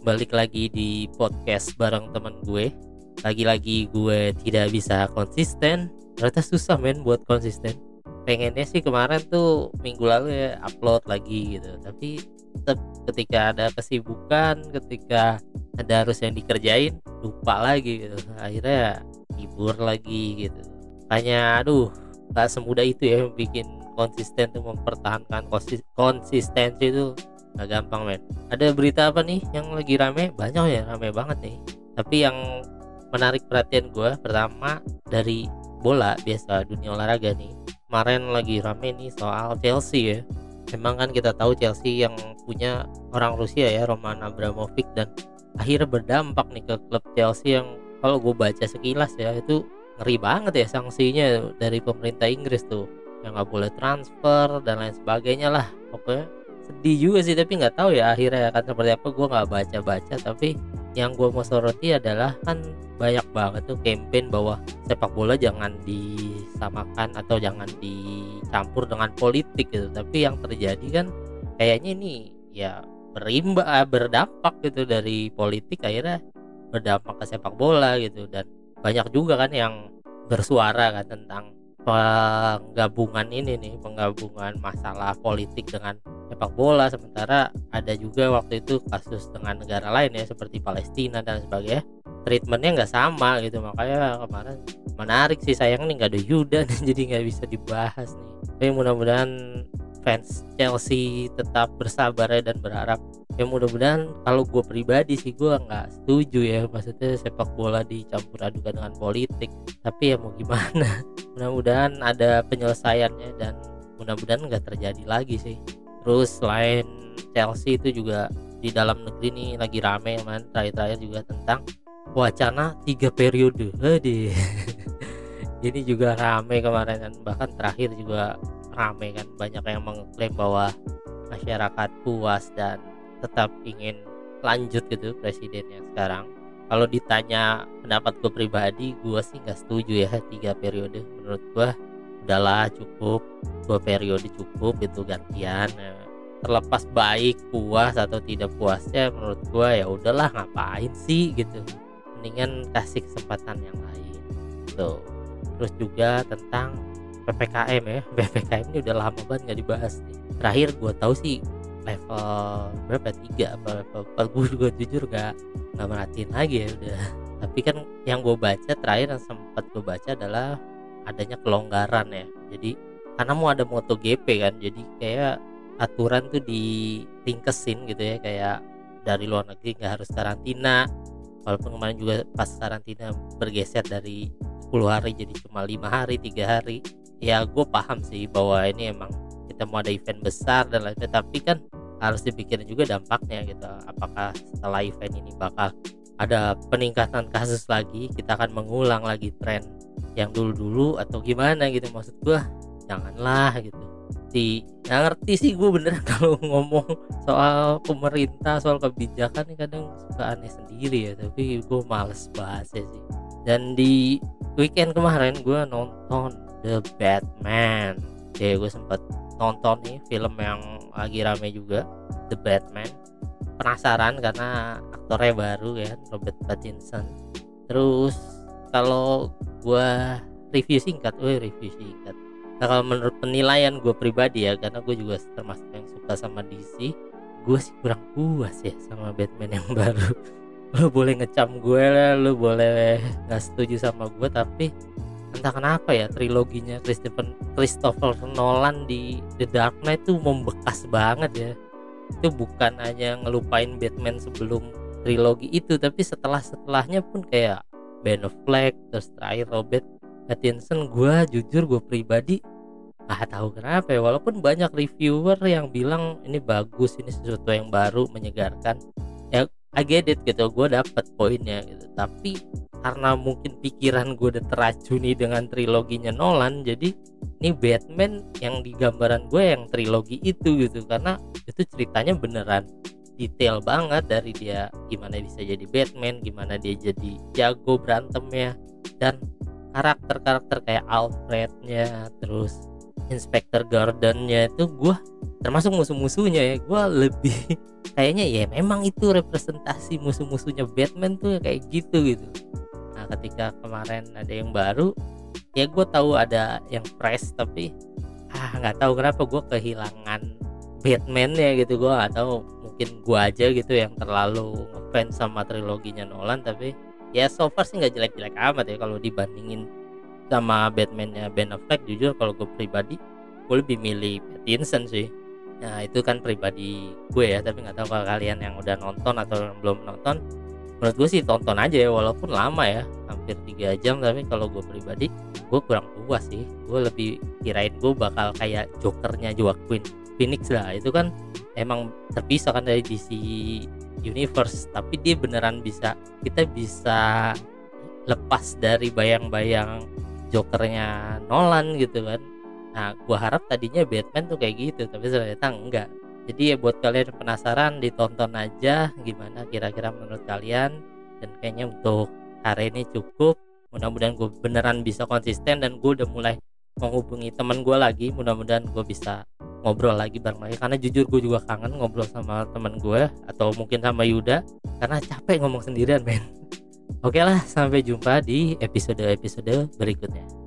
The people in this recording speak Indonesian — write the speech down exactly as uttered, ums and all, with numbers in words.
balik lagi di podcast bareng temen gue. Lagi-lagi gue tidak bisa konsisten. Ternyata susah men buat konsisten. Pengennya sih kemarin tuh minggu lalu ya upload lagi gitu. Tapi tetap ketika ada kesibukan, ketika ada harus yang dikerjain, lupa lagi gitu. Akhirnya libur lagi gitu. Hanya aduh, gak semudah itu ya bikin konsisten tuh, mempertahankan konsis- konsistensi itu gak gampang men. Ada berita apa nih yang lagi rame? Banyak ya, rame banget nih. Tapi yang menarik perhatian gue pertama dari bola biasa, dunia olahraga nih. Kemarin lagi rame nih soal Chelsea ya. Memang kan kita tahu Chelsea yang punya orang Rusia ya, Roman Abramovich, dan akhirnya berdampak nih ke klub Chelsea yang kalau gue baca sekilas ya itu ngeri banget ya sanksinya dari pemerintah Inggris tuh, yang nggak boleh transfer dan lain sebagainya lah. Pokoknya sedih juga sih, tapi nggak tahu ya akhirnya akan seperti apa. Gue nggak baca-baca, tapi yang gue mau soroti adalah kan banyak banget tuh campaign bahwa sepak bola jangan disamakan atau jangan dicampur dengan politik gitu. Tapi yang terjadi kan kayaknya ini ya berimba berdampak gitu dari politik, akhirnya berdampak ke sepak bola gitu. Dan banyak juga kan yang bersuara kan tentang penggabungan ini nih, penggabungan masalah politik dengan sepak bola. Sementara ada juga waktu itu kasus dengan negara lain ya, seperti Palestina dan sebagainya, treatmentnya nggak sama gitu. Makanya kemarin menarik sih, sayang nih nggak ada Yuda jadi nggak bisa dibahas nih. Tapi mudah-mudahan fans Chelsea tetap bersabar ya, dan berharap ya mudah-mudahan. Kalau gue pribadi sih gue nggak setuju ya, maksudnya sepak bola dicampur adukan dengan politik. Tapi ya mau gimana, mudah-mudahan ada penyelesaiannya dan mudah-mudahan nggak terjadi lagi sih. Terus selain Chelsea itu juga di dalam negeri nih lagi rame man, terakhir-terakhir juga tentang wacana tiga periode. Aduh. Ini juga rame kemarin, dan bahkan terakhir juga rame kan, banyak yang mengklaim bahwa masyarakat puas dan tetap ingin lanjut gitu presidennya sekarang. Kalau ditanya pendapat gue pribadi, gue sih nggak setuju ya tiga periode. Menurut gue udahlah cukup, dua periode cukup itu gantian. Terlepas baik puas atau tidak puasnya, menurut gue ya udahlah, ngapain sih gitu, mendingan kasih kesempatan yang lain tuh. Terus juga tentang P P K M ya, P P K M ini udah lama banget nggak dibahas nih. Terakhir gue tahu sih level berapa, tiga apa level empat, gue juga jujur gak nggak merhatiin lagi ya udah. Tapi kan yang gue baca terakhir, yang sempat gue baca adalah adanya kelonggaran ya. Jadi karena mau ada MotoGP kan, jadi kayak aturan tuh ditingkesin gitu ya, kayak dari luar negeri nggak harus karantina. Walaupun kemarin juga pas karantina bergeser dari sepuluh hari jadi cuma lima hari, tiga hari. Ya gue paham sih bahwa ini emang kita mau ada event besar dan lain-lain, tapi kan harus dipikirin juga dampaknya gitu. Apakah setelah event ini bakal ada peningkatan kasus lagi, kita akan mengulang lagi tren yang dulu-dulu atau gimana gitu. Maksud gue janganlah gitu. Di nggak ngerti sih gue beneran kalau ngomong soal pemerintah, soal kebijakan ini kadang suka aneh sendiri ya, tapi gue males bahasnya sih. Dan di weekend kemarin gue nonton The Batman. Ya gue sempat nonton nih film yang lagi rame juga, The Batman. Penasaran karena aktornya baru ya, Robert Pattinson. Terus kalau gue review singkat, gue review singkat. Nah, kalau menurut penilaian gue pribadi ya, karena gue juga termasuk yang suka sama D C, gue sih kurang puas ya sama Batman yang baru. Lo boleh ngecam gue lah, lo boleh nggak setuju sama gue, tapi entah kenapa ya triloginya Christopher Christopher Nolan di The Dark Knight itu membekas banget ya. Itu bukan hanya ngelupain Batman sebelum trilogi itu, tapi setelah setelahnya pun kayak Ben Affleck, terus terakhir Robert Pattinson. Gue jujur gue pribadi nggak tahu kenapa ya, walaupun banyak reviewer yang bilang ini bagus, ini sesuatu yang baru, menyegarkan ya, I get it gitu, gue dapet poinnya gitu. Tapi karena mungkin pikiran gue udah teracuni dengan triloginya Nolan, jadi ini Batman yang di gambaran gue yang trilogi itu gitu. Karena itu ceritanya beneran detail banget, dari dia gimana bisa jadi Batman, gimana dia jadi jago berantemnya, dan karakter-karakter kayak Alfrednya, terus Inspector Gordon-nya itu gue termasuk musuh-musuhnya ya, gue lebih kayaknya ya memang itu representasi musuh-musuhnya Batman tuh kayak gitu gitu. Nah ketika kemarin ada yang baru, ya gue tahu ada yang fresh, tapi ah nggak tahu kenapa gue kehilangan Batman ya gitu. Gue nggak tahu, mungkin gue aja gitu yang terlalu ngefans sama triloginya Nolan, tapi ya so far sih nggak jelek-jelek amat ya kalau dibandingin sama Batman-nya Ben Affleck. Jujur kalau gue pribadi, gue lebih milih Pattinson sih. Nah itu kan pribadi gue ya, tapi nggak tahu kalau kalian yang udah nonton atau yang belum nonton. Menurut gue sih tonton aja ya, walaupun lama ya, hampir tiga jam, tapi kalau gue pribadi gue kurang puas sih. Gue lebih kirain gue bakal kayak Jokernya Joaquin Phoenix lah. Itu kan emang terpisah kan dari D C Universe, tapi dia beneran bisa, kita bisa lepas dari bayang-bayang Jokernya Nolan gitu kan. Nah gue harap tadinya Batman tuh kayak gitu, tapi ternyata enggak. Jadi ya buat kalian yang penasaran, ditonton aja gimana kira-kira menurut kalian. Dan kayaknya untuk hari ini cukup. Mudah-mudahan gue beneran bisa konsisten, dan gue udah mulai menghubungi teman gue lagi. Mudah-mudahan gue bisa ngobrol lagi bareng lagi, karena jujur gue juga kangen ngobrol sama teman gue, atau mungkin sama Yuda, karena capek ngomong sendirian men. Oke lah, sampai jumpa di episode-episode berikutnya.